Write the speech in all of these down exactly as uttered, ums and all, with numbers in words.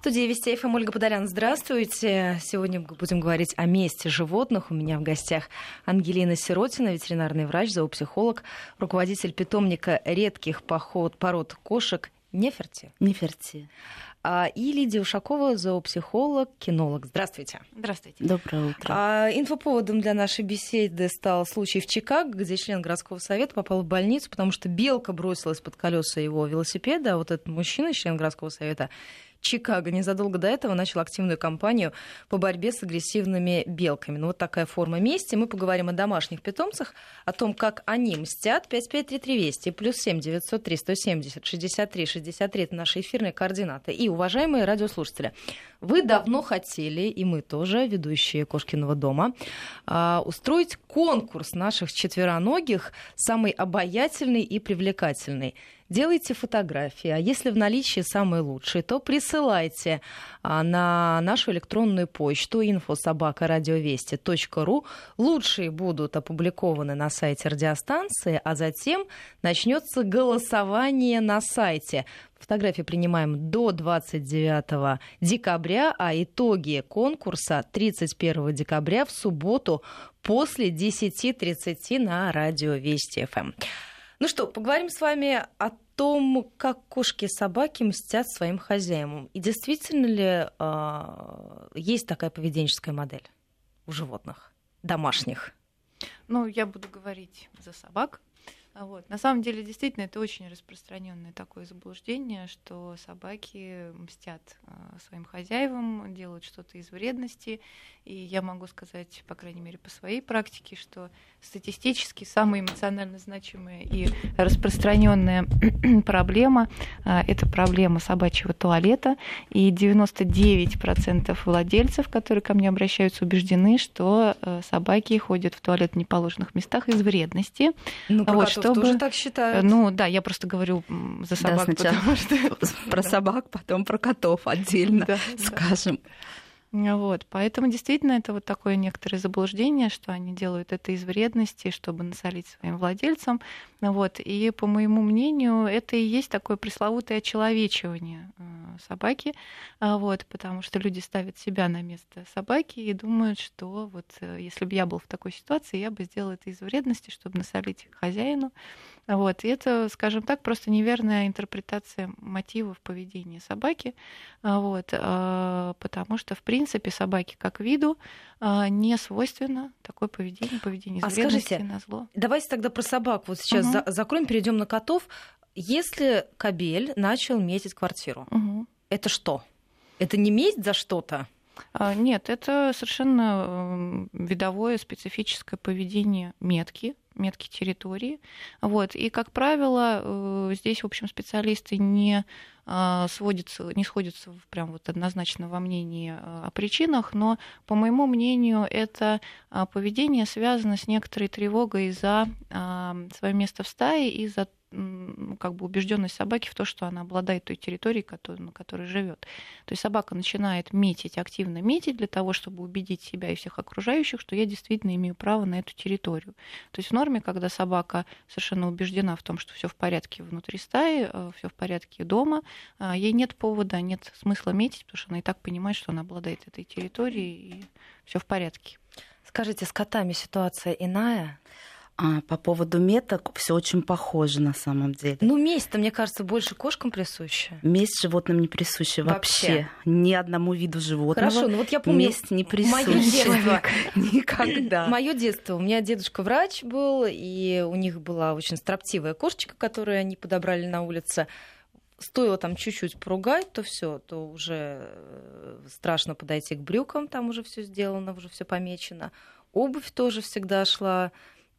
студии Вести ФМ Ольга Подолян. Здравствуйте. Сегодня будем говорить о месте животных. У меня в гостях Ангелина Сиротина, ветеринарный врач, зоопсихолог, руководитель питомника редких пород кошек Неферти. Неферти. И Лидия Ушакова, зоопсихолог, кинолог. Здравствуйте. Здравствуйте. Доброе утро. А, инфоповодом для нашей беседы стал случай в Чикаго, где член городского совета попал в больницу, потому что белка бросилась под колеса его велосипеда. А вот этот мужчина, член городского совета Чикаго, незадолго до этого начал активную кампанию по борьбе с агрессивными белками. Ну, вот такая форма мести. Мы поговорим о домашних питомцах, о том, как они мстят. пять пять три три Вести, плюс семь девятьсот три сто семьдесят шестьдесят три шестьдесят три. Это наши эфирные координаты. И, уважаемые радиослушатели, вы давно хотели, и мы тоже, ведущие Кошкиного дома, устроить конкурс наших четвероногих, самый обаятельный и привлекательный. Делайте фотографии, а если в наличии самые лучшие, то присылайте на нашу электронную почту инфо собака радиовести точка ру. Лучшие будут опубликованы на сайте радиостанции, а затем начнется голосование на сайте. Фотографии принимаем до двадцать девятого декабря, а итоги конкурса тридцать первого декабря в субботу после десяти тридцати на радио Вести ФМ. Ну что, поговорим с вами о том, как кошки и собаки мстят своим хозяевам. И действительно ли э, есть такая поведенческая модель у животных, домашних? Ну, я буду говорить за собак. Вот. На самом деле, действительно, это очень распространенное такое заблуждение, что собаки мстят э, своим хозяевам, делают что-то из вредности. И я могу сказать, по крайней мере, по своей практике, что статистически самая эмоционально значимая и распространенная проблема э, это проблема собачьего туалета. И девяносто девять процентов владельцев, которые ко мне обращаются, убеждены, что э, собаки ходят в туалет в неположенных местах из вредности. Ну, вот, чтобы... тоже так считают. Ну да, я просто говорю за собак, да, сначала потому что... про собак, потом про котов отдельно да, скажем. Да. Вот, поэтому действительно это вот такое некоторое заблуждение, что они делают это из вредности, чтобы насолить своим владельцам. Вот, и по моему мнению, это и есть такое пресловутое очеловечивание собаки, вот, потому что люди ставят себя на место собаки и думают, что вот если бы я был в такой ситуации, я бы сделал это из вредности, чтобы насолить хозяину. Вот, и это, скажем так, просто неверная интерпретация мотивов поведения собаки, вот, потому что, в принципе, собаке как виду не свойственно такое поведение, поведение из а вредности скажите, на зло. Давайте тогда про собак вот сейчас угу. за- закроем, перейдем на котов. Если кобель начал метить квартиру, угу. это что? Это не месть за что-то? Нет, это совершенно видовое специфическое поведение метки, метки территории. Вот. И, как правило, здесь, в общем, специалисты не сводятся, не сходятся прям вот однозначно во мнении о причинах, но, по моему мнению, это поведение связано с некоторой тревогой за свое место в стае и за как бы убежденность собаки в то, что она обладает той территорией, на которой живет. То есть собака начинает метить, активно метить для того, чтобы убедить себя и всех окружающих, что я действительно имею право на эту территорию. То есть в норме, когда собака совершенно убеждена в том, что все в порядке внутри стаи, все в порядке дома, ей нет повода, нет смысла метить, потому что она и так понимает, что она обладает этой территорией, и все в порядке. Скажите, с котами ситуация иная? А, по поводу меток все очень похоже на самом деле. Ну, месть-то, мне кажется, больше кошкам присуща. Месть животным не присуща вообще. вообще. Ни одному виду животного. Хорошо, ну вот я помню, месть не присуща. Моё детство. Никогда. Моё детство. У меня дедушка врач был, и у них была очень строптивая кошечка, которую они подобрали на улице. Стоило там чуть-чуть поругать, то все, то уже страшно подойти к брюкам, там уже все сделано, уже все помечено. Обувь тоже всегда шла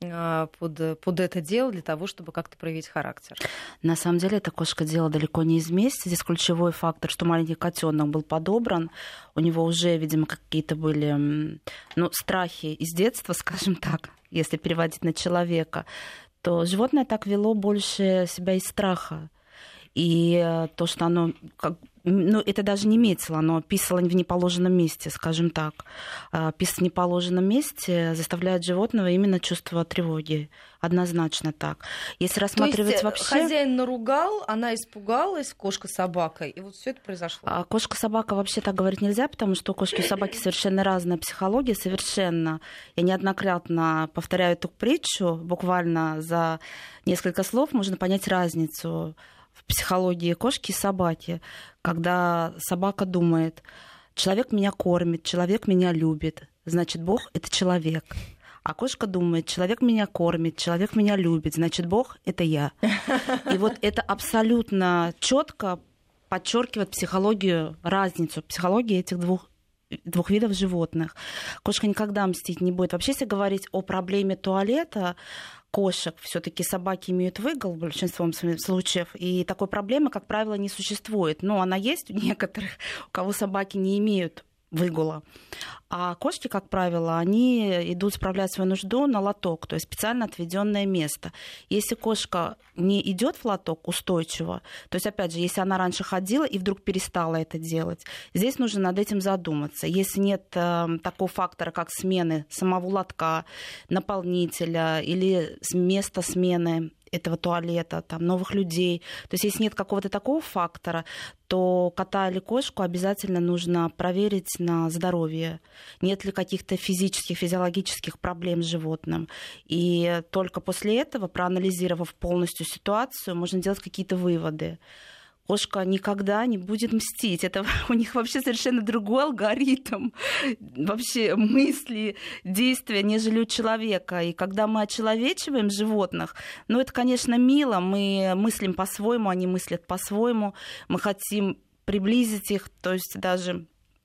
под, под это дело для того, чтобы как-то проявить характер. На самом деле эта кошка дело далеко не из мести. Здесь ключевой фактор, что маленький котенок был подобран. У него уже, видимо, какие-то были ну, страхи из детства, скажем так, если переводить на человека, то животное так вело больше себя из страха. И то, что оно... Как, ну, это даже не метило, оно писало в неположенном месте, скажем так. Писать в неположенном месте заставляет животного именно чувство тревоги. Однозначно так. Если рассматривать То есть вообще... хозяин наругал, она испугалась, кошка-собака, и вот все это произошло. А кошка-собака вообще так говорить нельзя, потому что у кошки и собаки совершенно разная психология, совершенно. Я неоднократно повторяю эту притчу, буквально за несколько слов можно понять разницу в психологии кошки и собаки, когда собака думает: человек меня кормит, человек меня любит, значит, Бог — это человек. А кошка думает: человек меня кормит, человек меня любит, значит, Бог — это я. И вот это абсолютно четко подчеркивает психологию, разницу психологии этих двух двух видов животных. Кошка никогда мстить не будет. Вообще, если говорить о проблеме туалета кошек, все-таки собаки имеют выгул в большинстве случаев, и такой проблемы, как правило, не существует. Но она есть у некоторых, у кого собаки не имеют выгула. А кошки, как правило, они идут справлять свою нужду на лоток, то есть специально отведенное место. Если кошка не идет в лоток устойчиво, то есть, опять же, если она раньше ходила и вдруг перестала это делать, здесь нужно над этим задуматься. Если нет э, такого фактора, как смены самого лотка, наполнителя или места смены этого туалета, там, новых людей. То есть если нет какого-то такого фактора, то кота или кошку обязательно нужно проверить на здоровье. Нет ли каких-то физических, физиологических проблем с животным. И только после этого, проанализировав полностью ситуацию, можно делать какие-то выводы. Кошка никогда не будет мстить. Это у них вообще совершенно другой алгоритм вообще мысли, действия, нежели у человека. И когда мы очеловечиваем животных, ну, это, конечно, мило. Мы мыслим по-своему, они мыслят по-своему. Мы хотим приблизить их. То есть даже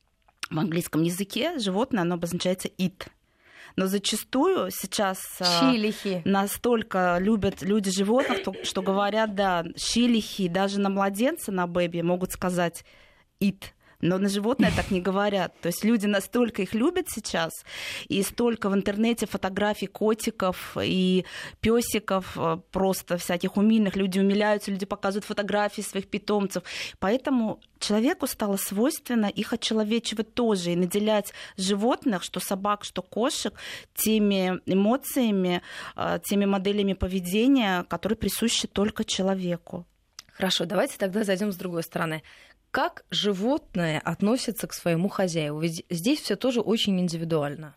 в английском языке животное, оно обозначается it. Но зачастую сейчас щилихи настолько любят люди животных, что говорят, да, щилихи, даже на младенца, на бэби могут сказать it. Но на животное так не говорят. То есть люди настолько их любят сейчас, и столько в интернете фотографий котиков и песиков, просто всяких умильных. Люди умиляются, люди показывают фотографии своих питомцев. Поэтому человеку стало свойственно их очеловечивать тоже и наделять животных, что собак, что кошек, теми эмоциями, теми моделями поведения, которые присущи только человеку. Хорошо, давайте тогда зайдем с другой стороны. Как животное относится к своему хозяину? Ведь здесь все тоже очень индивидуально.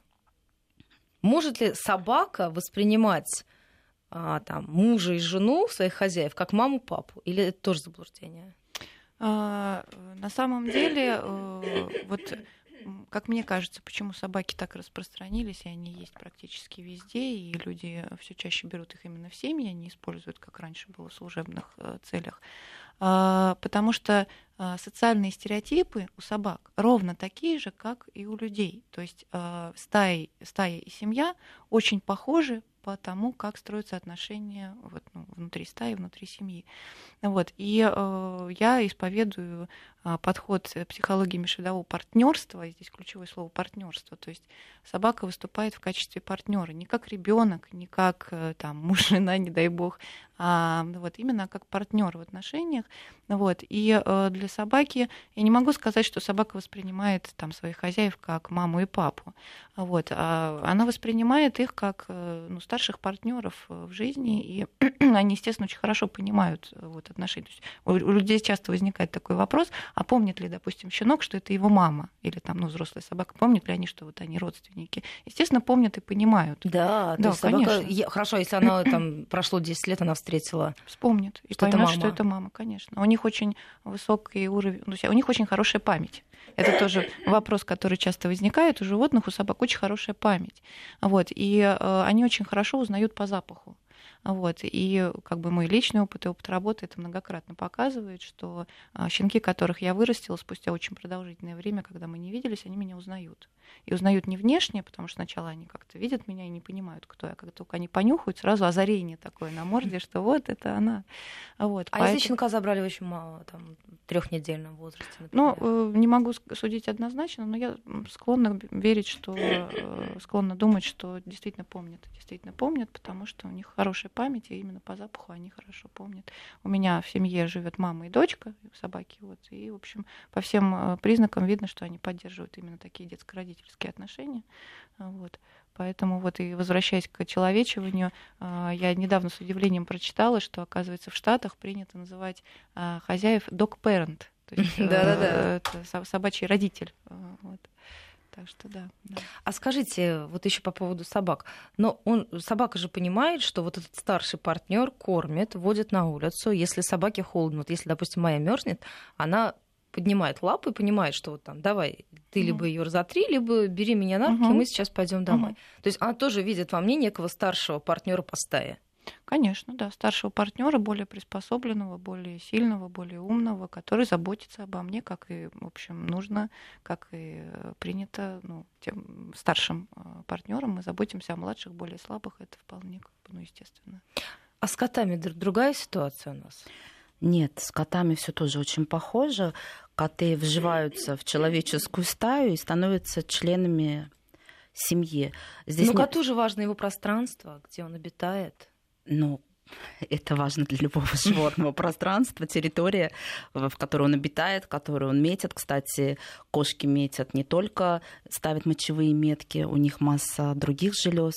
Может ли собака воспринимать а, там, мужа и жену своих хозяев как маму, папу? Или это тоже заблуждение? А, на самом деле, вот как мне кажется, почему собаки так распространились, и они есть практически везде, и люди все чаще берут их именно в семьи, они используют, как раньше было, в служебных целях. Потому что социальные стереотипы у собак ровно такие же, как и у людей. То есть стаи, стая и семья очень похожи по тому, как строятся отношения вот, ну, внутри стаи, внутри семьи. Вот. И э, я исповедую э, подход психологии межвидового партнерства, и здесь ключевое слово партнерство. То есть собака выступает в качестве партнера, не как ребенок, не как э, там, муж, жена, не дай бог, а вот, именно как партнер в отношениях. Вот. И э, для собаки я не могу сказать, что собака воспринимает там, своих хозяев как маму и папу. Вот. А она воспринимает их как э, ну, старших партнеров в жизни, и они, естественно, очень хорошо понимают вот, отношения. То есть у, у людей часто возникает такой вопрос, а помнит ли, допустим, щенок, что это его мама, или там, ну, взрослая собака, помнит ли они, что вот они родственники? Естественно, помнят и понимают. Да, да, то есть собака... Хорошо, если она там прошло десять лет, она встретила... Вспомнит и что поймет, это что это мама, конечно. У них очень высокий уровень, у них очень хорошая память. Это тоже вопрос, который часто возникает у животных, у собак очень хорошая память. Вот, и э, они очень хорошо узнают по запаху. Вот. И как бы мой личный опыт и опыт работы это многократно показывает, что щенки, которых я вырастила спустя очень продолжительное время, когда мы не виделись, они меня узнают. И узнают не внешне, потому что сначала они как-то видят меня и не понимают, кто я. Как только они понюхают, сразу озарение такое на морде, что вот это она. Вот. А Поэтому... если щенка забрали очень мало, там, трехнедельном возрасте, например? Ну, не могу судить однозначно, но я склонна верить, что склонна думать, что действительно помнят. Действительно помнят, потому что у них хорошая памяти, именно по запаху они хорошо помнят. У меня в семье живет мама и дочка, собаки, вот, и, в общем, по всем признакам видно, что они поддерживают именно такие детско-родительские отношения. Вот. Поэтому вот и возвращаясь к очеловечиванию, я недавно с удивлением прочитала, что, оказывается, в Штатах принято называть хозяев dog-parent, то есть это собачий родитель. Вот. Так что да, да. А скажите, вот еще по поводу собак. Но он, собака же понимает, что вот этот старший партнер кормит, водит на улицу. Если собаке холодно, вот если, допустим, моя мерзнет, она поднимает лапу и понимает, что вот там, давай, ты mm-hmm. либо ее разотри, либо бери меня на руки, mm-hmm. и мы сейчас пойдем домой. Mm-hmm. То есть она тоже видит во мне некого старшего партнера по стае. Конечно, да, старшего партнера, более приспособленного, более сильного, более умного, который заботится обо мне, как и, в общем, нужно, как и принято, ну, тем старшим партнерам. Мы заботимся о младших, более слабых, это вполне, ну, естественно. А с котами другая ситуация у нас? Нет, с котами все тоже очень похоже. Коты вживаются в человеческую стаю и становятся членами семьи. Здесь ну, нет... коту же важно его пространство, где он обитает. Ну, это важно для любого животного. Пространство, территория, в которой он обитает, в которой он метит. Кстати, кошки метят не только, ставят мочевые метки, у них масса других желез,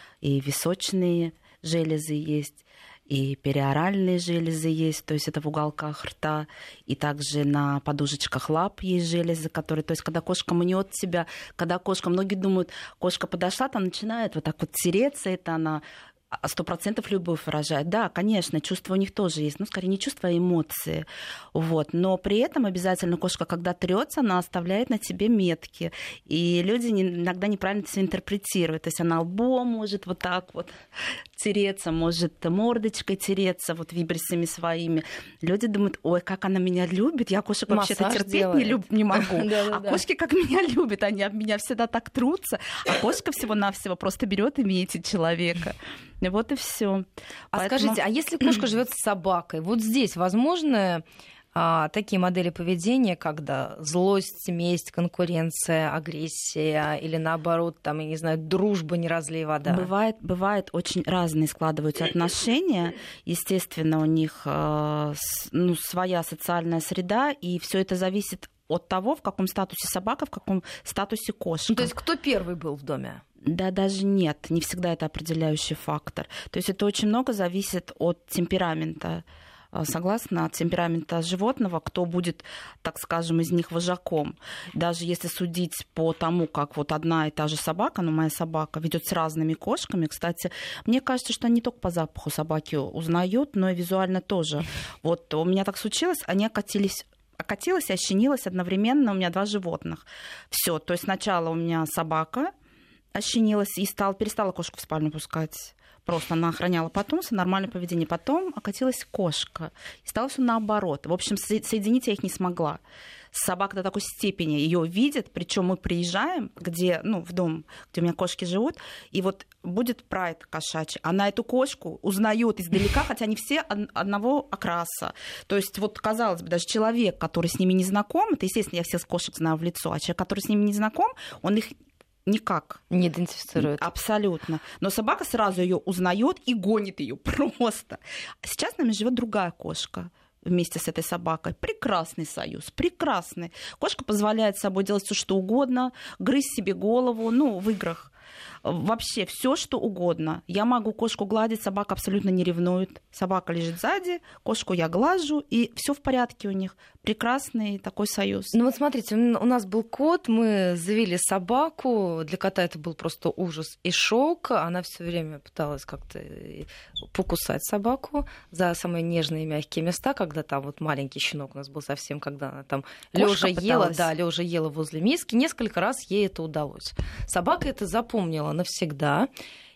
и височные железы есть, и периоральные железы есть, то есть это в уголках рта, и также на подушечках лап есть железы, которые, то есть когда кошка мнет себя, когда кошка, многие думают, кошка подошла, там начинает вот так вот тереться, это она сто процентов любовь выражает. Да, конечно, чувства у них тоже есть, но скорее не чувства, а эмоции. Вот. Но при этом обязательно кошка, когда трется, она оставляет на тебе метки. И люди иногда неправильно это все интерпретируют. То есть она лбом может вот так вот тереться, может мордочкой тереться, вот вибрисами своими. Люди думают, ой, как она меня любит, я кошек вообще-то терпеть не, люб... не могу. А кошки как меня любят, они об меня всегда так трутся. А кошка всего-навсего просто берет и метит человека. Вот и все. А Поэтому... скажите, а если кошка живет с собакой, вот здесь возможны а, такие модели поведения, когда злость, месть, конкуренция, агрессия или наоборот, там, я не знаю, дружба, не разлей вода? Бывает, бывает очень разные складываются отношения. Естественно, у них э, ну, своя социальная среда, и все это зависит от того, в каком статусе собака, в каком статусе кошка. Ну, то есть кто первый был в доме? Да, даже нет, не всегда это определяющий фактор. То есть это очень много зависит от темперамента. Согласно, от темперамента животного, кто будет, так скажем, из них вожаком. Даже если судить по тому, как вот одна и та же собака, ну, моя собака, ведет с разными кошками. Кстати, мне кажется, что они не только по запаху собаки узнают, но и визуально тоже. Вот у меня так случилось, они окатились окатилась и ощенилась одновременно у меня два животных. Все, то есть сначала у меня собака ощенилась и стала, перестала кошку в спальню пускать. Просто она охраняла потомство, нормальное поведение. Потом окатилась кошка. И стало все наоборот. В общем, соединить я их не смогла. Собака до такой степени ее видит, причем мы приезжаем, где, ну, в дом, где у меня кошки живут, и вот будет прайд кошачий. Она эту кошку узнает издалека, хотя они все одного окраса. То есть, вот, казалось бы, даже человек, который с ними не знаком, это, естественно, я всех кошек знаю в лицо, а человек, который с ними не знаком, он их никак не идентифицирует. Абсолютно. Но собака сразу ее узнает и гонит ее просто. Сейчас с нами живет другая кошка вместе с этой собакой. Прекрасный союз, прекрасный. Кошка позволяет с собой делать все, что угодно, грызть себе голову, ну, в играх. Вообще все, что угодно. Я могу кошку гладить, собака абсолютно не ревнует. Собака лежит сзади, кошку я глажу, и все в порядке у них. Прекрасный такой союз. Ну вот смотрите, у нас был кот, мы завели собаку. Для кота это был просто ужас и шок. Она все время пыталась как-то покусать собаку за самые нежные и мягкие места, когда там вот маленький щенок у нас был совсем, когда она там лежа ела, да, лежа ела возле миски. Несколько раз ей это удалось. Собака это запомнила навсегда.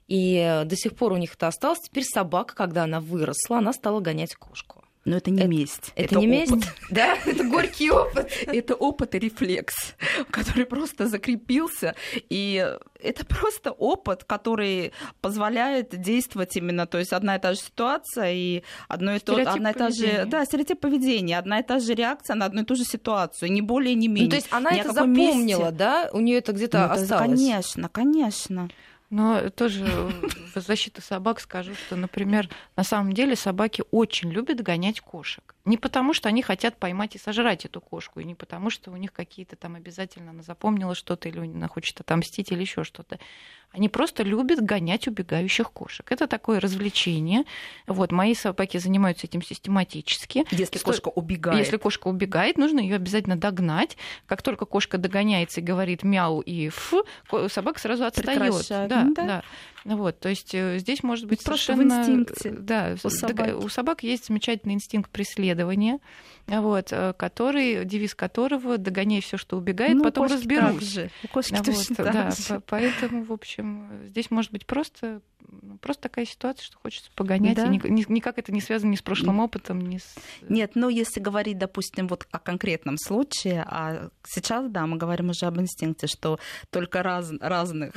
И до сих пор у них это осталось. Теперь собака, когда она выросла, она стала гонять кошку. Но это не это, месть. Это, это не опыт. Месть? Да, это горький опыт. Это опыт и рефлекс, который просто закрепился. И это просто опыт, который позволяет действовать именно. То есть одна и та же ситуация и одно и то, одна и та же, да, стереотип поведения, одна и та же реакция на одну и ту же ситуацию, ни более, ни менее. Ну, то есть она это запомнила, месте. Да? У нее это где-то ну, осталось. Конечно, конечно. Но тоже в защиту собак скажу, что, например, на самом деле собаки очень любят гонять кошек. Не потому, что они хотят поймать и сожрать эту кошку, и не потому, что у них какие-то там обязательно она запомнила что-то, или она хочет отомстить, или еще что-то. Они просто любят гонять убегающих кошек. Это такое развлечение. Вот, мои собаки занимаются этим систематически. Если Что... кошка убегает. Если кошка убегает, нужно ее обязательно догнать. Как только кошка догоняется и говорит мяу и ф, собака сразу отстает. Да, да, да. Вот, то есть здесь может быть просто совершенно... в инстинкте. Да, у собак. у собак есть замечательный инстинкт преследования, вот, который, девиз которого «догоняй все, что убегает, ну, потом разберусь». Же. У кошки вот, точно да, так же. Поэтому, в общем, здесь может быть просто, просто такая ситуация, что хочется погонять, да. и никак это не связано ни с прошлым опытом, ни с... Нет, ну если говорить, допустим, вот о конкретном случае, а сейчас, да, мы говорим уже об инстинкте, что только раз, разных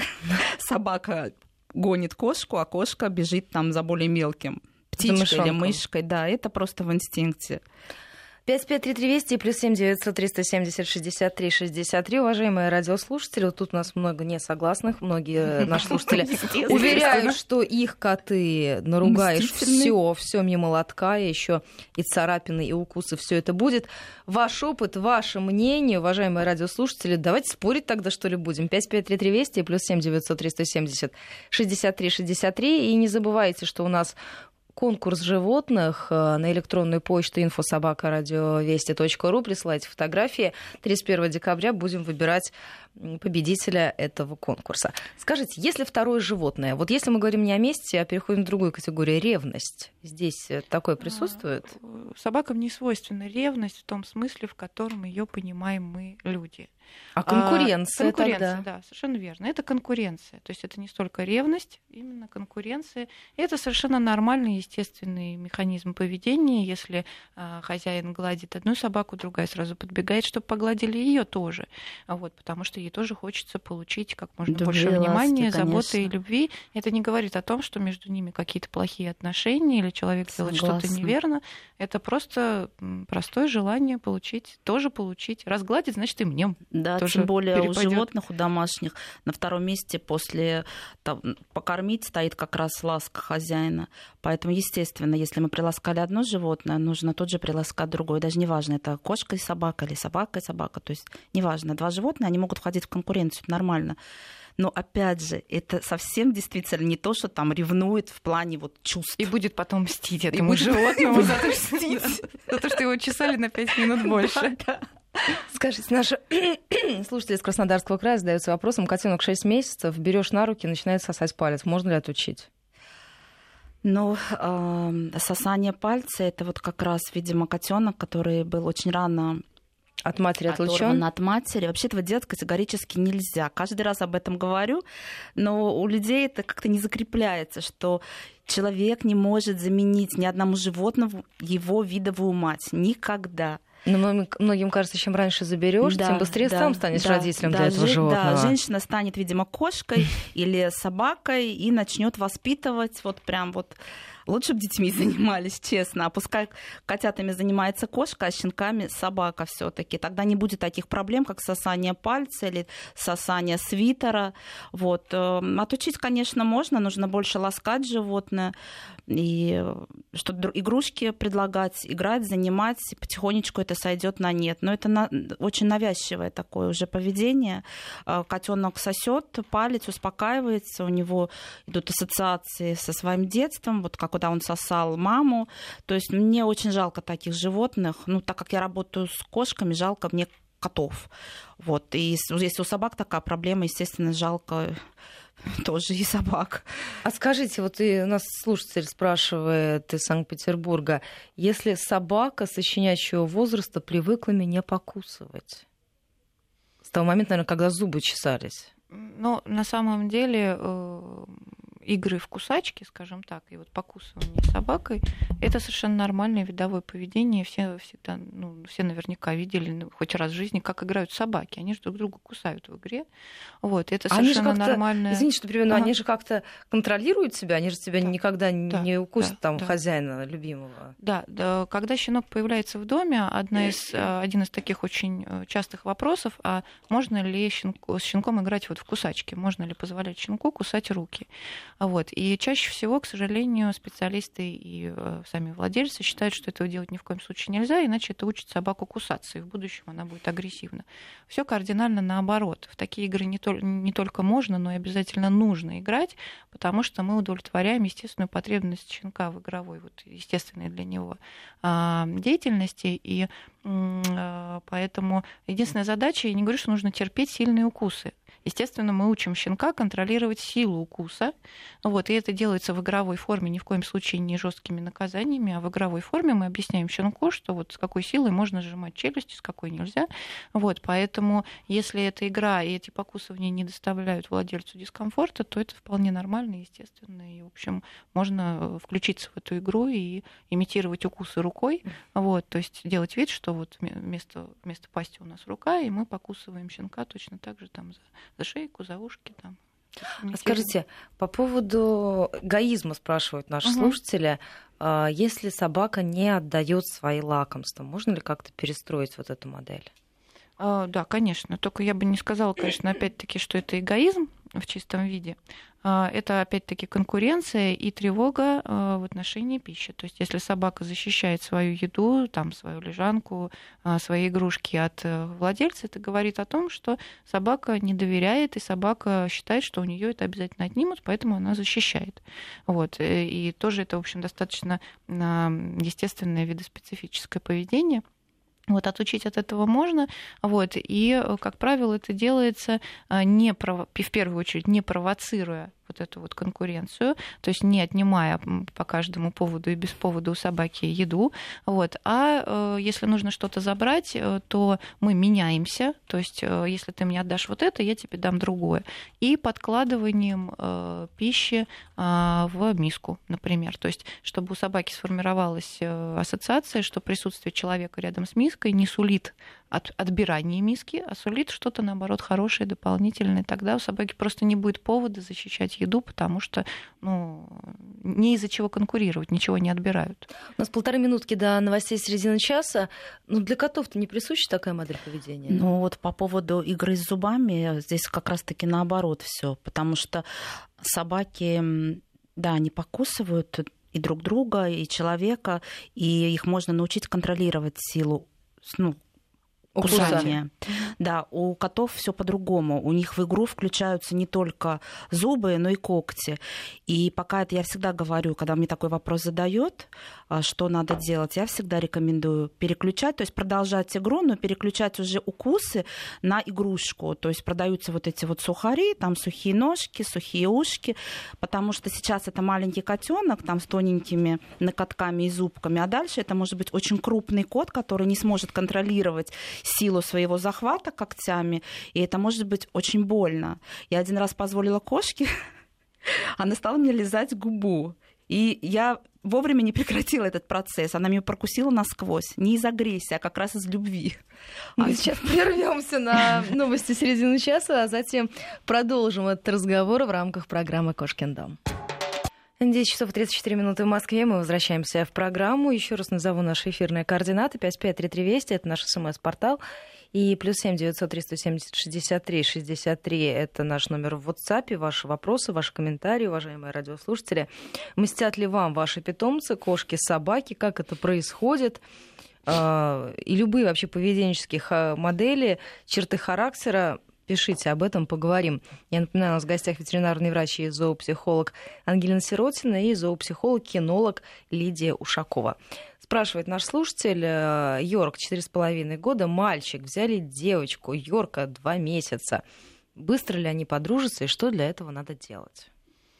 собака гонит кошку, а кошка бежит там за более мелким птичкой или мышкой. Да, это просто в инстинкте. пять пять три три Вести плюс семь девятьсот триста семьдесят шестьдесят три шестьдесят три. Уважаемые радиослушатели, вот тут у нас много несогласных, многие наши слушатели уверяют, что их коты наругаешь, все, все мимо лотка, еще и царапины, и укусы, все это будет. Ваш опыт, ваше мнение, уважаемые радиослушатели, давайте спорить тогда, что ли, будем. пять пять три три Вести плюс семь девятьсот триста семьдесят шестьдесят три шестьдесят три. И не забывайте, что у нас конкурс животных на электронную почту инфо собака радиовести точка ру. Присылайте фотографии. тридцать первого декабря будем выбирать победителя этого конкурса. Скажите, если второе животное, вот если мы говорим не о месте, а переходим в другую категорию, ревность, здесь такое присутствует? Собакам не свойственна ревность в том смысле, в котором ее понимаем мы, люди. А конкуренция, а, конкуренция, тогда? Да, совершенно верно. Это конкуренция. То есть это не столько ревность, именно конкуренция. И это совершенно нормальный, естественный механизм поведения. Если а, хозяин гладит одну собаку, другая сразу подбегает, чтобы погладили ее тоже. Вот, потому что ей тоже хочется получить как можно Любви, больше внимания, ласки, заботы и любви. Это не говорит о том, что между ними какие-то плохие отношения или человек делает что-то неверно. Это просто простое желание получить, тоже получить. Разгладить, значит, и мне. Да, тоже тем более перепадёт. У животных, у домашних на втором месте после там, покормить стоит как раз ласка хозяина. Поэтому, естественно, если мы приласкали одно животное, нужно тут же приласкать другое. Даже неважно, это кошка и собака или собака и собака. То есть неважно, два животных, они могут входить в конкуренцию, это нормально. Но опять же, это совсем действительно не то, что там ревнует в плане вот чувств. И будет потом мстить этому животному за то, что его чесали на пять минут больше. Скажите, наши слушатели из Краснодарского края задаются вопросом: котенок шесть месяцев, берешь на руки, начинает сосать палец. Можно ли отучить? Ну, э, сосание пальца — это вот как раз, видимо, котенок, который был очень рано от матери отлучен. От матери. Вообще этого делать категорически нельзя. Каждый раз об этом говорю, но у людей это как-то не закрепляется, что человек не может заменить ни одному животному его видовую мать. Никогда. Но многим кажется, чем раньше заберешь, да, тем быстрее да, сам станешь да, родителем да, для этого жи- животного. Да, женщина станет, видимо, кошкой или собакой и начнет воспитывать вот прям вот. Лучше бы детьми занимались, честно. А пускай котятами занимается кошка, а щенками собака все-таки. Тогда не будет таких проблем, как сосание пальца или сосание свитера. Вот. Отучить, конечно, можно. Нужно больше ласкать животное. И что-то игрушки предлагать, играть, занимать. Потихонечку это сойдет на нет. Но это на... очень навязчивое такое уже поведение. Котенок сосет палец, успокаивается. У него идут ассоциации со своим детством. Вот как когда он сосал маму. То есть мне очень жалко таких животных. Ну, так как я работаю с кошками, жалко мне котов. Вот. И если у собак такая проблема, естественно, жалко тоже и собак. А скажите, вот и нас слушатель спрашивает из Санкт-Петербурга: если собака со щенячьего возраста привыкла меня покусывать? С того момента, наверное, когда зубы чесались. Ну, на самом деле... игры в кусачки, скажем так, и вот покусывание собакой, это совершенно нормальное видовое поведение. Все всегда, ну, все наверняка видели ну, хоть раз в жизни, как играют собаки. Они же друг друга кусают в игре. Вот, это совершенно нормальное. Извините, что перебью, но ага. они же как-то контролируют себя, они же тебя да. никогда да. не укусят да. там да. хозяина любимого. Да, да, когда щенок появляется в доме, одна из, один из таких очень частых вопросов, а можно ли щенку, с щенком играть вот в кусачки, можно ли позволять щенку кусать руки. Вот. И чаще всего, к сожалению, специалисты и сами владельцы считают, что этого делать ни в коем случае нельзя, иначе это учит собаку кусаться, и в будущем она будет агрессивна. Все кардинально наоборот. В такие игры не, то, не только можно, но и обязательно нужно играть, потому что мы удовлетворяем естественную потребность щенка в игровой, вот, естественной для него деятельности, и поэтому единственная задача, я не говорю, что нужно терпеть сильные укусы. Естественно, мы учим щенка контролировать силу укуса. Вот, и это делается в игровой форме, ни в коем случае не жесткими наказаниями, а в игровой форме мы объясняем щенку, что вот с какой силой можно сжимать челюсти, с какой нельзя. Вот, поэтому, если эта игра и эти покусывания не доставляют владельцу дискомфорта, то это вполне нормально, естественно. И, в общем, можно включиться в эту игру и имитировать укусы рукой. Вот, то есть делать вид, что вот вместо, вместо пасти у нас рука, и мы покусываем щенка точно так же там за за шейку, за ушки. Там. А скажите, по поводу эгоизма спрашивают наши угу. слушатели. Если собака не отдает свои лакомства, можно ли как-то перестроить вот эту модель? Да, конечно. Только я бы не сказала, конечно, опять-таки, что это эгоизм в чистом виде. Это, опять-таки, конкуренция и тревога в отношении пищи. То есть, если собака защищает свою еду, там, свою лежанку, свои игрушки от владельца, это говорит о том, что собака не доверяет, и собака считает, что у нее это обязательно отнимут, поэтому она защищает. Вот. И тоже это, в общем, достаточно естественное видоспецифическое поведение. Вот, отучить от этого можно, вот, и, как правило, это делается не прово... в первую очередь не провоцируя вот эту вот конкуренцию, то есть не отнимая по каждому поводу и без повода у собаки еду, вот, а э, если нужно что-то забрать, э, то мы меняемся, то есть э, если ты мне отдашь вот это, я тебе дам другое, и подкладыванием э, пищи э, в миску, например, то есть чтобы у собаки сформировалась э, ассоциация, что присутствие человека рядом с миской не сулит от отбирания миски, а сулит что-то, наоборот, хорошее, дополнительное. Тогда у собаки просто не будет повода защищать еду, потому что ну, не из-за чего конкурировать, ничего не отбирают. У нас полторы минутки до новостей середины часа. Ну, для котов-то не присуща такая модель поведения? Ну, вот по поводу игры с зубами, здесь как раз-таки наоборот все, потому что собаки, да, они покусывают и друг друга, и человека, и их можно научить контролировать силу, ну, кусания. Да, у котов все по-другому. У них в игру включаются не только зубы, но и когти. И пока это я всегда говорю, когда мне такой вопрос задают, что надо делать, я всегда рекомендую переключать, то есть продолжать игру, но переключать уже укусы на игрушку. То есть продаются вот эти вот сухари, там сухие ножки, сухие ушки, потому что сейчас это маленький котенок, там с тоненькими накатками и зубками, а дальше это может быть очень крупный кот, который не сможет контролировать силу своего захвата когтями, и это может быть очень больно. Я один раз позволила кошке, она стала мне лизать губу, и я вовремя не прекратила этот процесс. Она меня прокусила насквозь. Не из агрессии, а как раз из любви. Мы а сейчас прервемся на новости середины часа, а затем продолжим этот разговор в рамках программы «Кошкин дом». десять часов тридцать четыре минуты в Москве. Мы возвращаемся в программу. Еще раз назову наши эфирные координаты. пять пять три три Вести. Это наш СМС-портал. И плюс семь девятьсот триста семьдесят шестьдесят три шестьдесят три. Это наш номер в WhatsApp. Ваши вопросы, ваши комментарии, уважаемые радиослушатели. Мстят ли вам ваши питомцы, кошки, собаки? Как это происходит? И любые вообще поведенческие модели, черты характера. Пишите, об этом поговорим. Я напоминаю, у нас в гостях ветеринарный врач и зоопсихолог Ангелина Сиротина и зоопсихолог-кинолог Лидия Ушакова. Спрашивает наш слушатель, Йорк, четыре с половиной года, мальчик, взяли девочку, Йорка, два месяца. Быстро ли они подружатся и что для этого надо делать?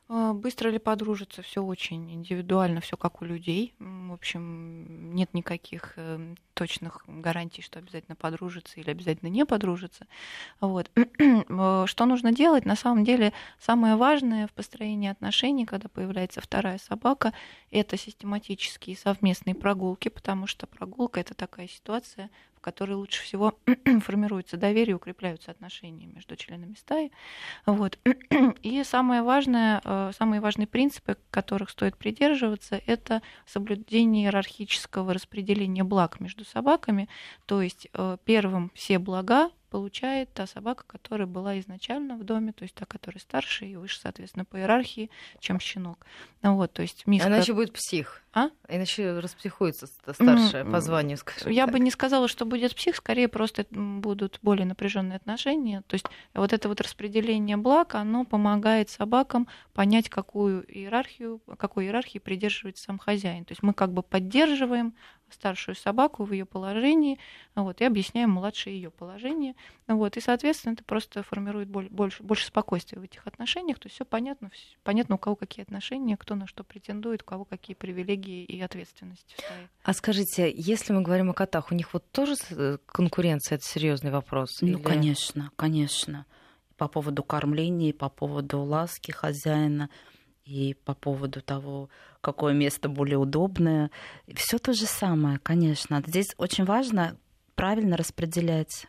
Быстро ли подружатся, все очень индивидуально, все как у людей. В общем, нет никаких точных гарантий, что обязательно подружатся или обязательно не подружатся. Вот. Что нужно делать? На самом деле, самое важное в построении отношений, когда появляется вторая собака, это систематические совместные прогулки, потому что прогулка — это такая ситуация, в которой лучше всего формируется доверие, укрепляются отношения между членами стаи. Вот. И самое важное, самые важные принципы, которых стоит придерживаться, это соблюдение иерархического распределения благ между собаками. То есть первым все блага получает та собака, которая была изначально в доме, то есть та, которая старше и выше, соответственно, по иерархии, чем щенок. Вот, то есть миска... Иначе будет псих. А? Иначе распсихуется старшая mm, по званию, скажем Я так. бы не сказала, что будет псих, скорее просто будут более напряженные отношения. То есть вот это вот распределение благ, оно помогает собакам понять, какую иерархию, какой иерархии придерживается сам хозяин. То есть мы как бы поддерживаем старшую собаку в ее положении, вот, и объясняем младшее ее положение. Вот, и, соответственно, это просто формирует больше, больше спокойствия в этих отношениях. То есть все понятно, понятно, у кого какие отношения, кто на что претендует, у кого какие привилегии и ответственности стоят. А скажите, если мы говорим о котах, у них вот тоже конкуренция — это серьезный вопрос? Ну, или... конечно, конечно. По поводу кормления, по поводу ласки хозяина, и по поводу того, какое место более удобное. Все то же самое, конечно. Здесь очень важно правильно распределять.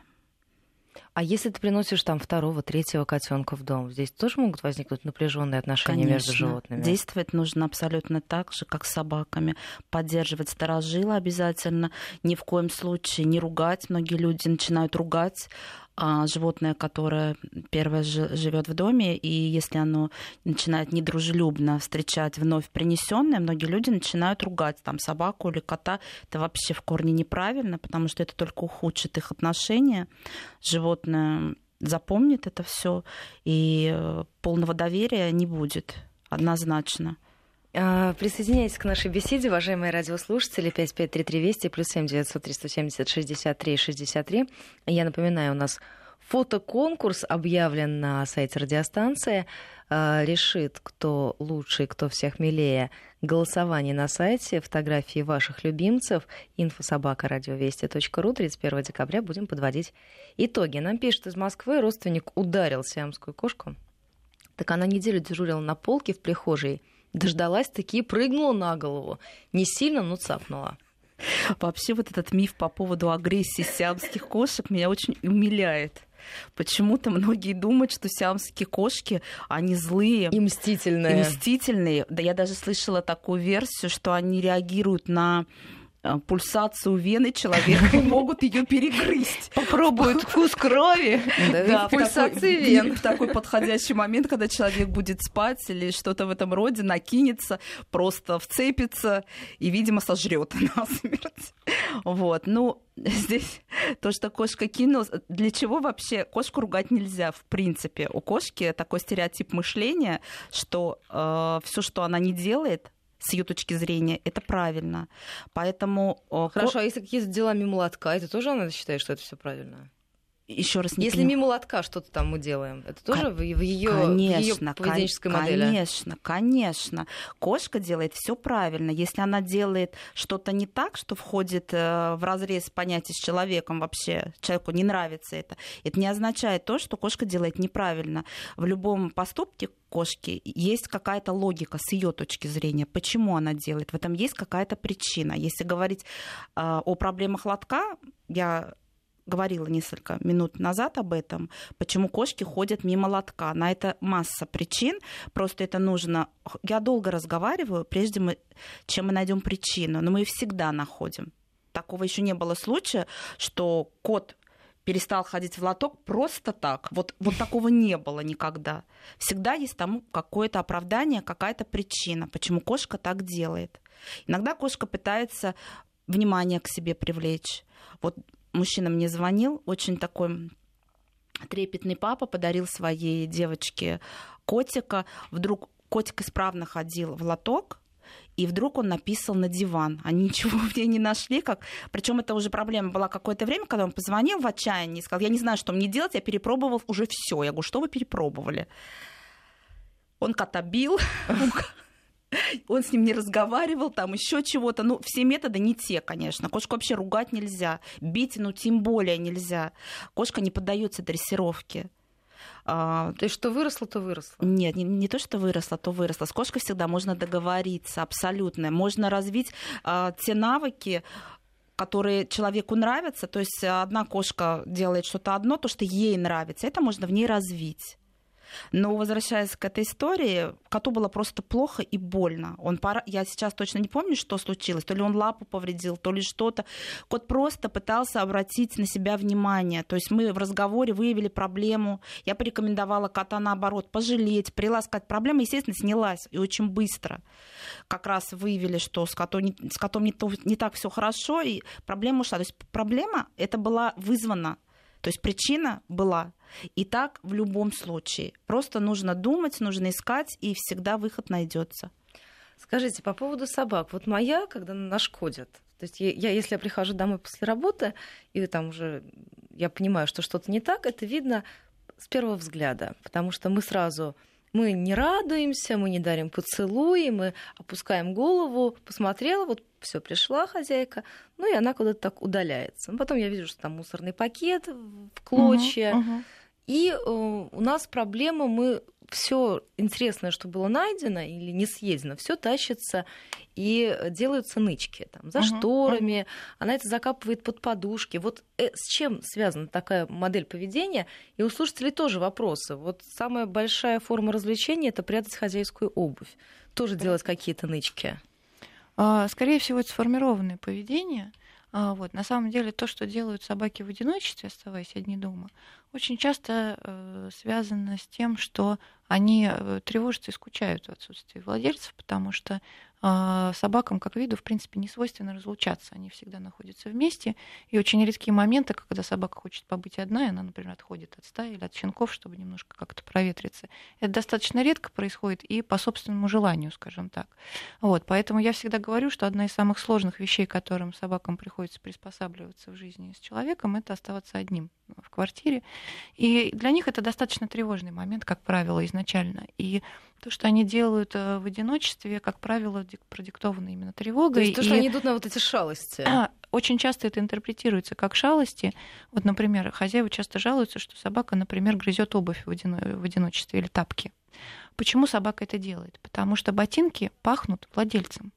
А если ты приносишь там второго, третьего котенка в дом, здесь тоже могут возникнуть напряженные отношения Конечно. Между животными? Действовать нужно абсолютно так же, как с собаками. Поддерживать старожила обязательно. Ни в коем случае не ругать. Многие люди начинают ругать а животное, которое первое живет в доме, и если оно начинает недружелюбно встречать вновь принесенное, многие люди начинают ругать там собаку или кота. Это вообще в корне неправильно, потому что это только ухудшит их отношения. Животное запомнит это все, и полного доверия не будет однозначно. Присоединяйтесь к нашей беседе, уважаемые радиослушатели, пять пять три три Вести, плюс семь девятьсот триста семьдесят шестьдесят три шестьдесят три. Я напоминаю, у нас фотоконкурс объявлен на сайте радиостанции. Решит, кто лучше и кто всех милее. Голосование на сайте, фотографии ваших любимцев, инфо собака радиовести точка ру. тридцать первого декабря будем подводить итоги. Нам пишет из Москвы, родственник ударил сиамскую кошку. Так она неделю дежурила на полке в прихожей. Дождалась, таки прыгнула на голову. Не сильно, но цапнула. Вообще вот этот миф по поводу агрессии сиамских кошек меня очень умиляет. Почему-то многие думают, что сиамские кошки, они злые. И мстительные. И мстительные. Да, я даже слышала такую версию, что они реагируют на пульсацию вены человека и могут ее перегрызть. Попробуют вкус крови. Да, пульсации вен. В такой подходящий момент, когда человек будет спать или что-то в этом роде, накинется, просто вцепится и, видимо, сожрет насмерть. Вот. Ну, здесь то, что кошка кинулась. Для чего вообще кошку ругать нельзя, в принципе? У кошки такой стереотип мышления, что э, все, что она не делает, с ее точки зрения, это правильно. Поэтому... Хорошо, ко... а если какие-то дела мимо лотка, это тоже она считает, что это все правильно? Еще раз не Если поним... мимо лотка что-то там мы делаем, это тоже К... в ее поведенческой кон... модели? Конечно, конечно. Кошка делает все правильно. Если она делает что-то не так, что входит в разрез понятий с человеком вообще, человеку не нравится это, это не означает то, что кошка делает неправильно. В любом поступке кошки есть какая-то логика с ее точки зрения, почему она делает. В этом есть какая-то причина. Если говорить э, о проблемах лотка, я говорила несколько минут назад об этом, почему кошки ходят мимо лотка. На это масса причин, просто это нужно... Я долго разговариваю, прежде мы... чем мы найдем причину, но мы ее всегда находим. Такого еще не было случая, что кот перестал ходить в лоток просто так. Вот, вот такого не было никогда. Всегда есть тому какое-то оправдание, какая-то причина, почему кошка так делает. Иногда кошка пытается внимание к себе привлечь. Вот мужчина мне звонил, очень такой трепетный папа, подарил своей девочке котика. Вдруг котик исправно ходил в лоток, и вдруг он написал на диван. Они ничего в ней не нашли. Как... Причем это уже проблема была какое-то время, когда он позвонил в отчаянии и сказал, я не знаю, что мне делать, я перепробовал уже все. Я говорю, что вы перепробовали? Он кота бил, он с ним не разговаривал, там еще чего-то. Ну, все методы не те, конечно. Кошку вообще ругать нельзя, бить, ну, тем более нельзя. Кошка не поддается дрессировке. То есть, что выросло, то выросло? Нет, не, не то, что выросло, то выросло. С кошкой всегда можно договориться, абсолютно. Можно развить а, те навыки, которые человеку нравятся. То есть одна кошка делает что-то одно, то, что ей нравится. Это можно в ней развить. Но, возвращаясь к этой истории, коту было просто плохо и больно. Он пора... Я сейчас точно не помню, что случилось. То ли он лапу повредил, то ли что-то. Кот просто пытался обратить на себя внимание. То есть мы в разговоре выявили проблему. Я порекомендовала кота, наоборот, пожалеть, приласкать. Проблема, естественно, снялась. И очень быстро. Как раз выявили, что с котом не, с котом не, то, не так все хорошо, и проблема ушла. То есть проблема это была вызвана. То есть причина была. И так в любом случае. Просто нужно думать, нужно искать, и всегда выход найдется. Скажите, по поводу собак. Вот моя, когда нашкодят, то есть я, я, если я прихожу домой после работы, и там уже я понимаю, что что-то не так, это видно с первого взгляда. Потому что мы сразу... Мы не радуемся, мы не дарим поцелуи, мы опускаем голову, посмотрела, вот все, пришла хозяйка, ну и она куда-то так удаляется. Ну, потом я вижу, что там мусорный пакет в клочья. Uh-huh, uh-huh. И э, у нас проблема, мы все интересное, что было найдено или не съедено, все тащится и делаются нычки там, за uh-huh, шторами, uh-huh. Она это закапывает под подушки. Вот э, с чем связана такая модель поведения? И у слушателей тоже вопросы. Вот самая большая форма развлечения — это прятать хозяйскую обувь, тоже делать какие-то нычки. Скорее всего, это сформированное поведение. Вот. На самом деле, то, что делают собаки в одиночестве, оставаясь одни дома, очень часто э, связано с тем, что они тревожатся и скучают в отсутствии владельцев, потому что э, собакам, как виду, в принципе, не свойственно разлучаться. Они всегда находятся вместе. И очень редкие моменты, когда собака хочет побыть одна, и она, например, отходит от стаи или от щенков, чтобы немножко как-то проветриться. Это достаточно редко происходит и по собственному желанию, скажем так. Вот. Поэтому я всегда говорю, что одна из самых сложных вещей, к которым собакам приходится приспосабливаться в жизни с человеком, это оставаться одним в квартире. И для них это достаточно тревожный момент, как правило, изначально. И то, что они делают в одиночестве, как правило, продиктовано именно тревогой. То есть то, и... что они идут на вот эти шалости. А, очень часто это интерпретируется как шалости. Вот, например, хозяева часто жалуются, что собака, например, грызет обувь в, одино... в одиночестве или тапки. Почему собака это делает? Потому что ботинки пахнут владельцем.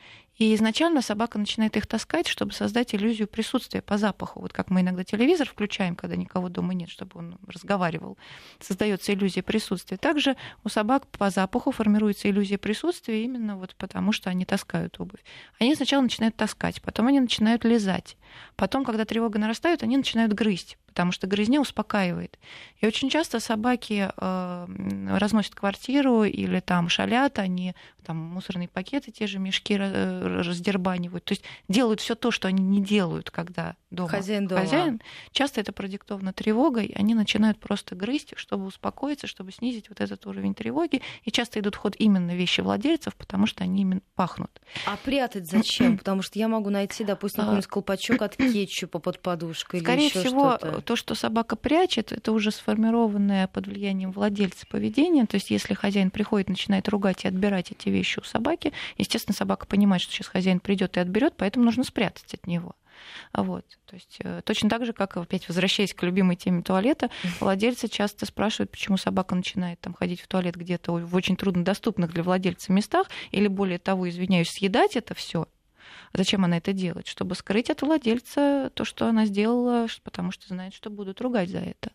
И изначально собака начинает их таскать, чтобы создать иллюзию присутствия по запаху. Вот как мы иногда телевизор включаем, когда никого дома нет, чтобы он разговаривал. Создается иллюзия присутствия. Также у собак по запаху формируется иллюзия присутствия именно вот потому, что они таскают обувь. Они сначала начинают таскать, потом они начинают лизать. Потом, когда тревога нарастает, они начинают грызть, потому что грызня успокаивает. И очень часто собаки э, разносят квартиру или там шалят, они там мусорные пакеты, те же мешки раздербанивают. То есть делают все то, что они не делают, когда дома хозяин. Дома. хозяин. Часто это продиктовано тревогой, они начинают просто грызть, чтобы успокоиться, чтобы снизить вот этот уровень тревоги. И часто идут в ход именно вещи владельцев, потому что они именно пахнут. А прятать зачем? Потому что я могу найти, допустим, какой-нибудь колпачок от кетчупа под подушкой. Скорее или всего, что-то. То, что собака прячет, это уже сформированное под влиянием владельца поведение. То есть, если хозяин приходит, начинает ругать и отбирать эти вещи у собаки, естественно, собака понимает, что сейчас хозяин придет и отберет, поэтому нужно спрятать от него. Вот. То есть, точно так же, как, опять возвращаясь к любимой теме туалета, владельцы часто спрашивают, почему собака начинает там, ходить в туалет где-то в очень труднодоступных для владельца местах, или, более того, извиняюсь, съедать это все. Зачем она это делает? Чтобы скрыть от владельца то, что она сделала, потому что знает, что будут ругать за это.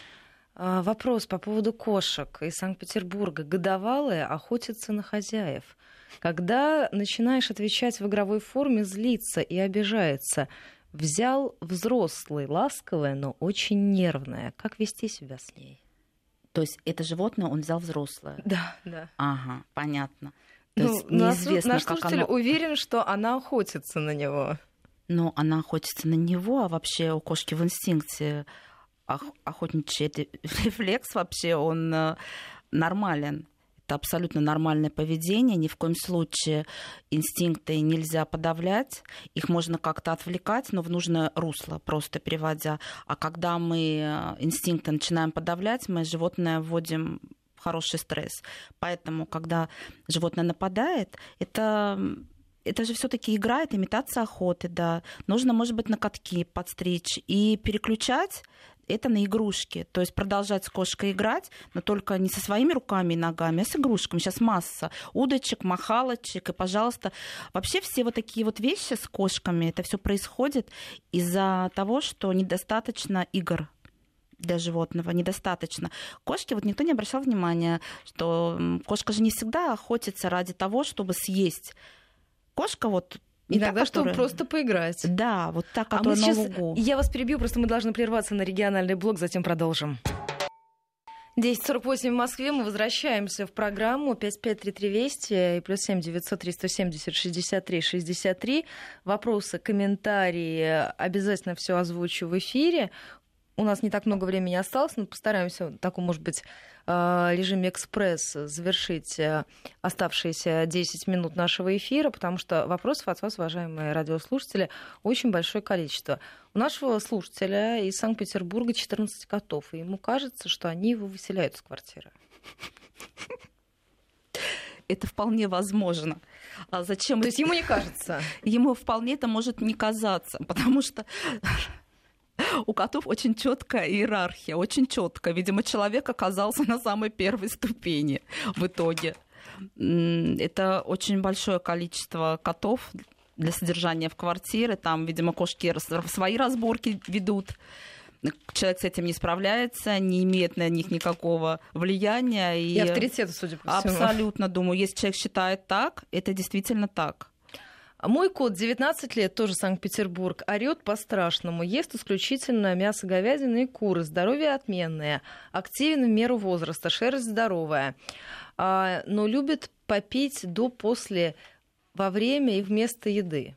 Вопрос по поводу кошек из Санкт-Петербурга. Годовалые охотятся на хозяев. Когда начинаешь отвечать в игровой форме, злится и обижается. Взял взрослый, ласковое, но очень нервное. Как вести себя с ней? То есть это животное он взял взрослое? Да, да. Ага, понятно. То ну, есть неизвестно, наш как слушатель оно... уверен, что она охотится на него. Ну, она охотится на него, а вообще у кошки в инстинкте охотничий рефлекс вообще, он нормален. Это абсолютно нормальное поведение. Ни в коем случае инстинкты нельзя подавлять. Их можно как-то отвлекать, но в нужное русло просто переводя. А когда мы инстинкты начинаем подавлять, мы животное вводим в хороший стресс. Поэтому, когда животное нападает, это... Это же все-таки игра, это имитация охоты, да. Нужно, может быть, на катки подстричь и переключать это на игрушки. То есть продолжать с кошкой играть, но только не со своими руками и ногами, а с игрушками. Сейчас масса удочек, махалочек. И, пожалуйста, вообще все вот такие вот вещи с кошками, это все происходит из-за того, что недостаточно игр для животного, недостаточно. Кошки, вот никто не обращал внимания, что кошка же не всегда охотится ради того, чтобы съесть. Кошка вот... Иногда, та, чтобы которая... просто поиграть. Да, вот та, а которая мы на сейчас... лугу. Я вас перебью, просто мы должны прерваться на региональный блок, затем продолжим. десять сорок восемь в Москве. Мы возвращаемся в программу пять пять три три Вести и плюс семь девятьсот триста семьдесят шестьдесят три шестьдесят три. Вопросы, комментарии обязательно все озвучу в эфире. У нас не так много времени осталось, но постараемся в таком, может быть, режиме экспресс завершить оставшиеся десять минут нашего эфира, потому что вопросов от вас, уважаемые радиослушатели, очень большое количество. У нашего слушателя из Санкт-Петербурга четырнадцать котов, и ему кажется, что они его выселяют из квартиры. Это вполне возможно. А зачем? То есть ему не кажется? Ему вполне это может не казаться, потому что... У котов очень четкая иерархия, очень четко. Видимо, человек оказался на самой первой ступени в итоге. Это очень большое количество котов для содержания в квартире. Там, видимо, кошки свои разборки ведут. Человек с этим не справляется, не имеет на них никакого влияния. И, и авторитета, судя по всему. Абсолютно, думаю. Если человек считает так, это действительно так. Мой кот, девятнадцать лет, тоже Санкт-Петербург, орёт по-страшному, ест исключительно мясо говядины и куры, здоровье отменное, активен в меру возраста, шерсть здоровая, но любит попить до, после, во время и вместо еды.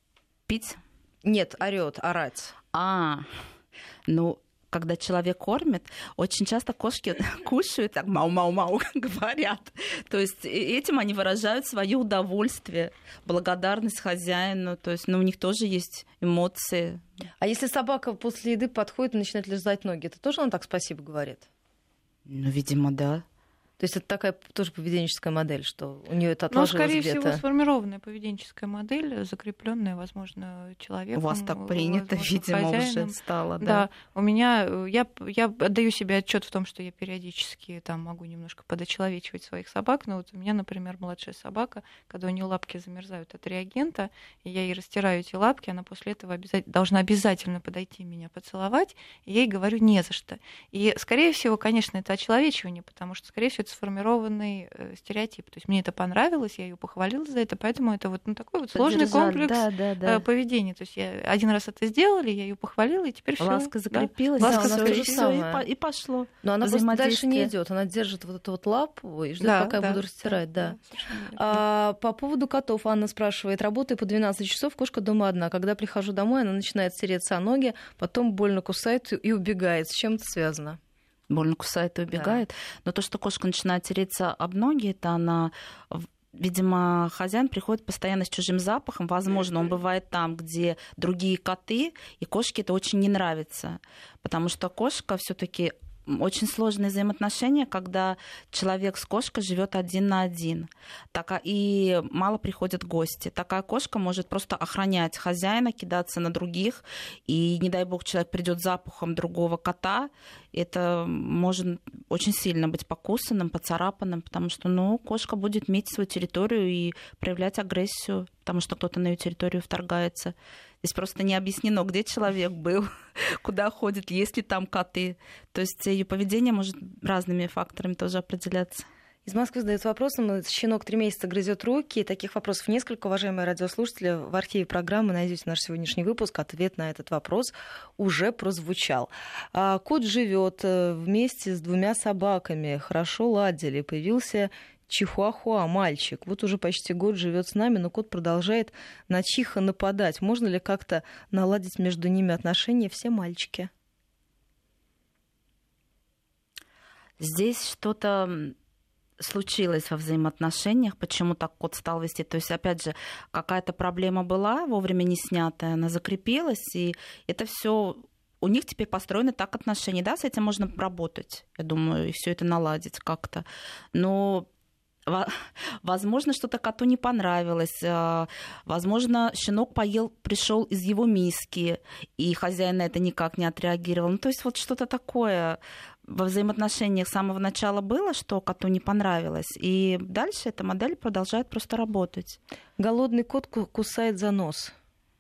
Пить? Нет, орёт, орать. А, ну... Когда человек кормит, очень часто кошки кушают, так мау-мау-мау говорят. То есть этим они выражают свое удовольствие, благодарность хозяину. То есть ну, у них тоже есть эмоции. А если собака после еды подходит и начинает лизать ноги, это тоже она так спасибо говорит? Ну, видимо, да. То есть это такая тоже поведенческая модель, что у нее это отложилось где-то. Ну, скорее всего, сформированная поведенческая модель, закрепленная, возможно, человеком. У вас так принято, возможно, видимо, хозяином. Уже стало, да. Да, у меня, я, я отдаю себе отчет в том, что я периодически там могу немножко подочеловечивать своих собак, но вот у меня, например, младшая собака, когда у нее лапки замерзают от реагента, и я ей растираю эти лапки, она после этого обязательно, должна обязательно подойти меня поцеловать, и я ей говорю не за что. И, скорее всего, конечно, это очеловечивание, потому что, скорее всего, это сформированный э, стереотип. То есть мне это понравилось, я ее похвалила за это, поэтому это вот ну, такой вот сложный комплекс да, да, да. Э, поведения. То есть я один раз это сделали, я ее похвалила, и теперь все. Ласка закрепилась, да? Ласка да, закрепилась, и, и пошло. Но она просто дальше не идет, она держит вот эту вот лапу и ждет, да, пока да, я буду растирать. Да, да. Да. А, по поводу котов Анна спрашивает: работаю по двенадцать часов, кошка дома одна. Когда прихожу домой, она начинает тереться о ноги, потом больно кусает и убегает. С чем это связано? Больно кусает и убегает. Да. Но то, что кошка начинает тереться об ноги, это она... Видимо, хозяин приходит постоянно с чужим запахом. Возможно, он бывает там, где другие коты, и кошке это очень не нравится. Потому что кошка все-таки очень сложные взаимоотношения, когда человек с кошкой живет один на один. Так, и мало приходят гости. Такая кошка может просто охранять хозяина, кидаться на других. И, не дай бог, человек придет запахом другого кота. Это может очень сильно быть покусанным, поцарапанным, потому что ну, кошка будет иметь свою территорию и проявлять агрессию, потому что кто-то на ее территорию вторгается. Здесь просто не объяснено, где человек был, куда ходит, есть ли там коты. То есть ее поведение может разными факторами тоже определяться. Из Москвы задают вопросом: щенок три месяца грызет руки. Таких вопросов несколько, уважаемые радиослушатели. В архиве программы найдете наш сегодняшний выпуск. Ответ на этот вопрос уже прозвучал. Кот живет вместе с двумя собаками, хорошо ладили. Появился чихуахуа, мальчик. Вот уже почти год живет с нами, но кот продолжает на чиха нападать. Можно ли как-то наладить между ними отношения? Все мальчики. Здесь что-то случилось во взаимоотношениях, почему так кот стал вести. То есть, опять же, какая-то проблема была, вовремя не снятая, она закрепилась, и это все у них теперь построены так отношения. Да, с этим можно работать, я думаю, и все это наладить как-то. Но возможно, что-то коту не понравилось. Возможно, щенок поел, пришел из его миски, и хозяин на это никак не отреагировал. Ну, то есть вот что-то такое во взаимоотношениях с самого начала было, что коту не понравилось. И дальше эта модель продолжает просто работать. Голодный кот кусает за нос.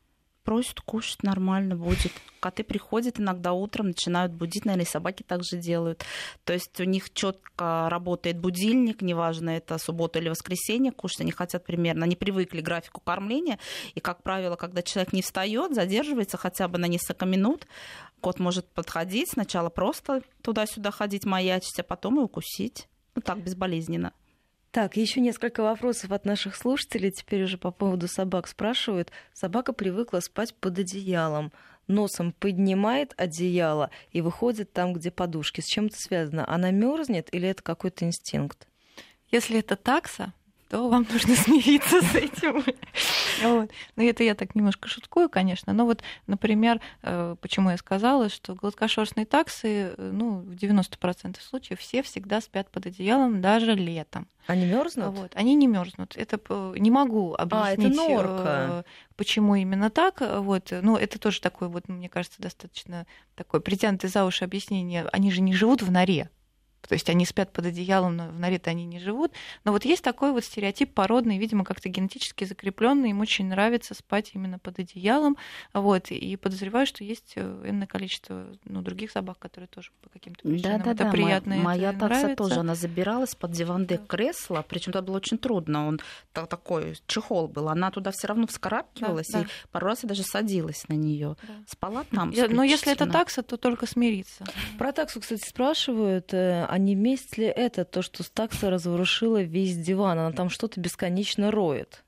Просит кушать, нормально будет. Коты приходят иногда утром, начинают будить, наверное, и собаки также делают. То есть у них четко работает будильник, неважно, это суббота или воскресенье, кушать они хотят примерно. Они привыкли к графику кормления, и, как правило, когда человек не встает, задерживается хотя бы на несколько минут, кот может подходить, сначала просто туда-сюда ходить, маячить, а потом и укусить. Ну так, безболезненно. Так, еще несколько вопросов от наших слушателей. Теперь уже по поводу собак спрашивают. Собака привыкла спать под одеялом. Носом поднимает одеяло и выходит там, где подушки. С чем это связано? Она мерзнет или это какой-то инстинкт? Если это такса, то вам нужно смириться с этим. Вот. Ну, это я так немножко шуткую, конечно. Но вот, например, почему я сказала, что гладкошерстные таксы, ну, в девяносто процентов случаев все всегда спят под одеялом, даже летом. Они мерзнут? Вот. Они не мерзнут. Это не могу объяснить, а, это норка. Почему именно так. Вот. Ну, это тоже такое, вот, мне кажется, достаточно такое притянутое за уши объяснение. Они же не живут в норе. То есть они спят под одеялом, но в норе-то они не живут. Но вот есть такой вот стереотип породный, видимо, как-то генетически закрепленный. Им очень нравится спать именно под одеялом. Вот. И подозреваю, что есть энное количество, ну, других собак, которые тоже по каким-то причинам да, это да, приятно. Моя, моя это такса нравится. тоже, она забиралась под диван де кресла, причем это было очень трудно. Он такой чехол был, она туда все равно вскарабкивалась, да, да. И пару раз я даже садилась на нее. Да. Спала там. Но если это такса, то только смириться. Про таксу, кстати, спрашивают, а не месть ли это то, что такса разворушила весь диван? Она там что-то бесконечно роет.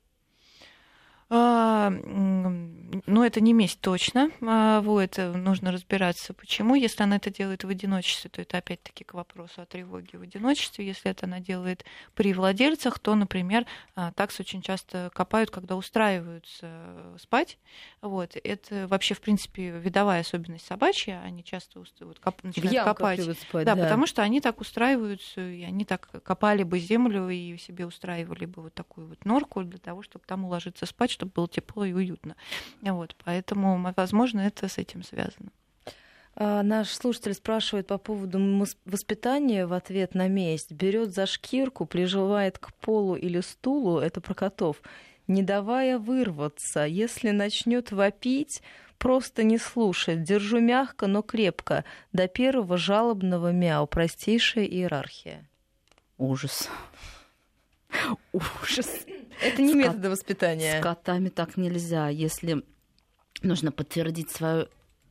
А, ну, это не месть точно. А, вот, нужно разбираться, почему. Если она это делает в одиночестве, то это опять-таки к вопросу о тревоге в одиночестве. Если это она делает при владельцах, то, например, таксы очень часто копают, когда устраиваются спать. Вот. Это вообще, в принципе, видовая особенность собачья. Они часто вот, коп, начинают копать. Спать, да, да, потому что они так устраиваются, и они так копали бы землю и себе устраивали бы вот такую вот норку для того, чтобы там уложиться спать, чтобы было тепло и уютно. Вот, поэтому, возможно, это с этим связано. А наш слушатель спрашивает по поводу воспитания в ответ на месть. Берет за шкирку, прижимает к полу или стулу, это про котов, не давая вырваться. Если начнет вопить, просто не слушать. Держу мягко, но крепко. До первого жалобного мяу. Простейшая иерархия. Ужас. Ужас. Это не с методы кот... воспитания. С котами так нельзя. Если нужно подтвердить свое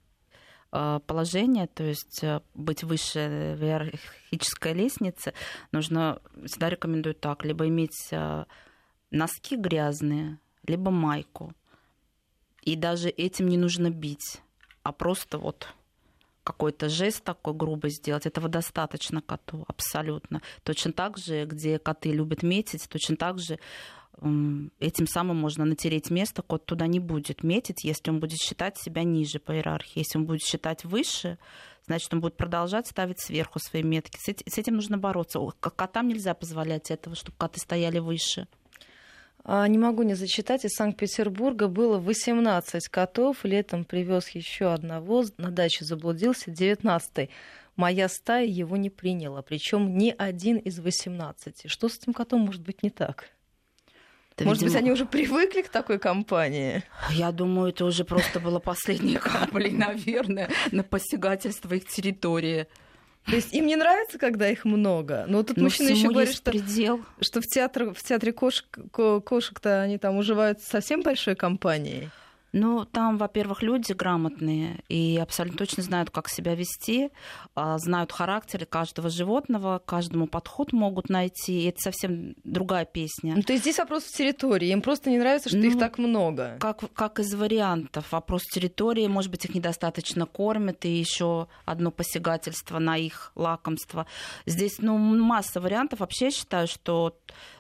э, положение, то есть э, быть выше в иерархической лестнице, нужно, всегда рекомендую так, либо иметь э, носки грязные, либо майку. И даже этим не нужно бить, а просто вот какой-то жест такой грубый сделать, этого достаточно коту, абсолютно. Точно так же, где коты любят метить, точно так же этим самым можно натереть место, кот туда не будет метить, если он будет считать себя ниже по иерархии. Если он будет считать выше, значит, он будет продолжать ставить сверху свои метки. С этим нужно бороться. Котам нельзя позволять этого, чтобы коты стояли выше. Не могу не зачитать. Из Санкт-Петербурга было восемнадцать котов. Летом привез еще одного. На даче заблудился девятнадцатый. Моя стая его не приняла. Причем ни один из восемнадцати. Что с этим котом может быть не так? Это, может видимо... быть, они уже привыкли к такой компании? Я думаю, это уже просто было последней каплей, наверное, на посягательство их территории. То есть им не нравится, когда их много? Но тут Но мужчина еще говорит, что, предел. что в, театр, в театре кошек, кошек-то они там уживаются совсем большой компанией. Ну, там, во-первых, люди грамотные и абсолютно точно знают, как себя вести, знают характеры каждого животного, каждому подход могут найти. И это совсем другая песня. Ну, то есть здесь вопрос в территории. Им просто не нравится, что ну, их так много. Как, как из вариантов. Вопрос территории. Может быть, их недостаточно кормят, и еще одно посягательство на их лакомство. Здесь, ну, масса вариантов. Вообще я считаю, что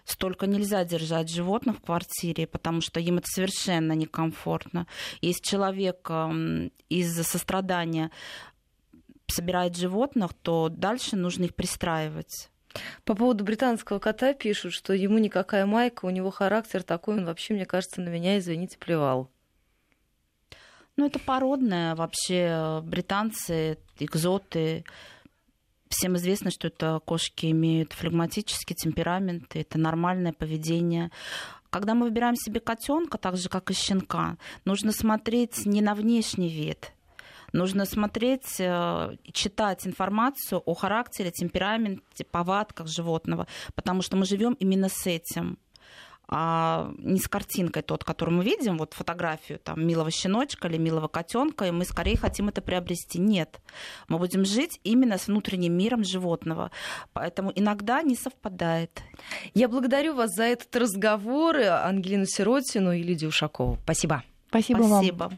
столько нельзя держать животных в квартире, потому что им это совершенно некомфортно. Если человек из-за сострадания собирает животных, то дальше нужно их пристраивать. По поводу британского кота пишут, что ему никакая майка, у него характер такой, он вообще, мне кажется, на меня, извините, плевал. Ну, это породное. Вообще британцы, экзоты. Всем известно, что это кошки имеют флегматический темперамент, и это нормальное поведение. Когда мы выбираем себе котенка, так же, как и щенка, нужно смотреть не на внешний вид. Нужно смотреть, читать информацию о характере, темпераменте, повадках животного, потому что мы живем именно с этим, а не с картинкой тот, которую мы видим, вот фотографию там, милого щеночка или милого котенка, и мы скорее хотим это приобрести. Нет, мы будем жить именно с внутренним миром животного, поэтому иногда не совпадает. Я благодарю вас за этот разговор, Ангелину Сиротину и Лидию Ушакову. Спасибо. Спасибо, Спасибо вам.